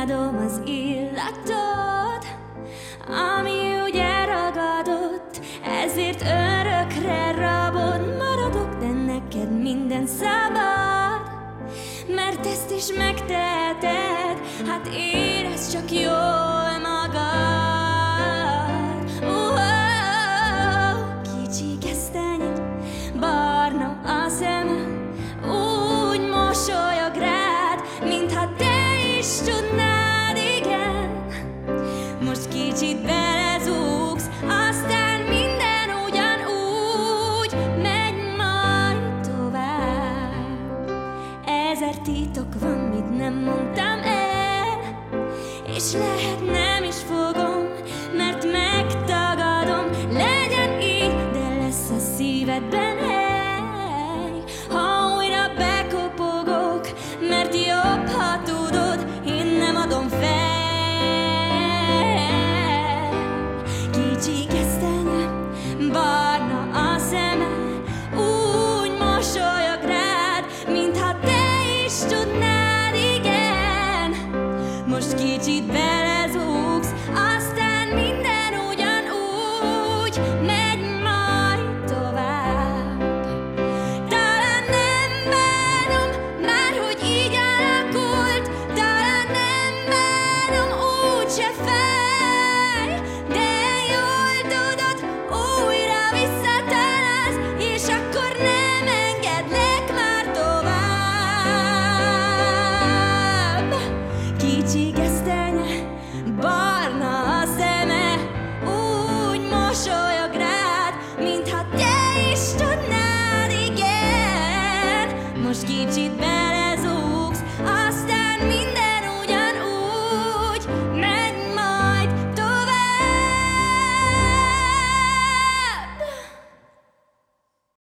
imádom az illatod, ami úgy elragadott, ezért örökre rabod maradok, de neked minden szabad, mert ezt is megteheted, hát érezd csak jól magad. Kicsi kesztenye, barna a szeme, úgy mosolyog rád, mintha te is tudnád, igen. Most kicsit belezúgsz, aztán minden ugyanúgy megy majd tovább. Ezer titok van, mit nem mondtam el, és lehet nem is fogom, mert megtagadom. Legyen így, de lesz a szívedben hely, ha újra bekopogok, mert jobb, ha tudod, én nem adom fel. Kicsi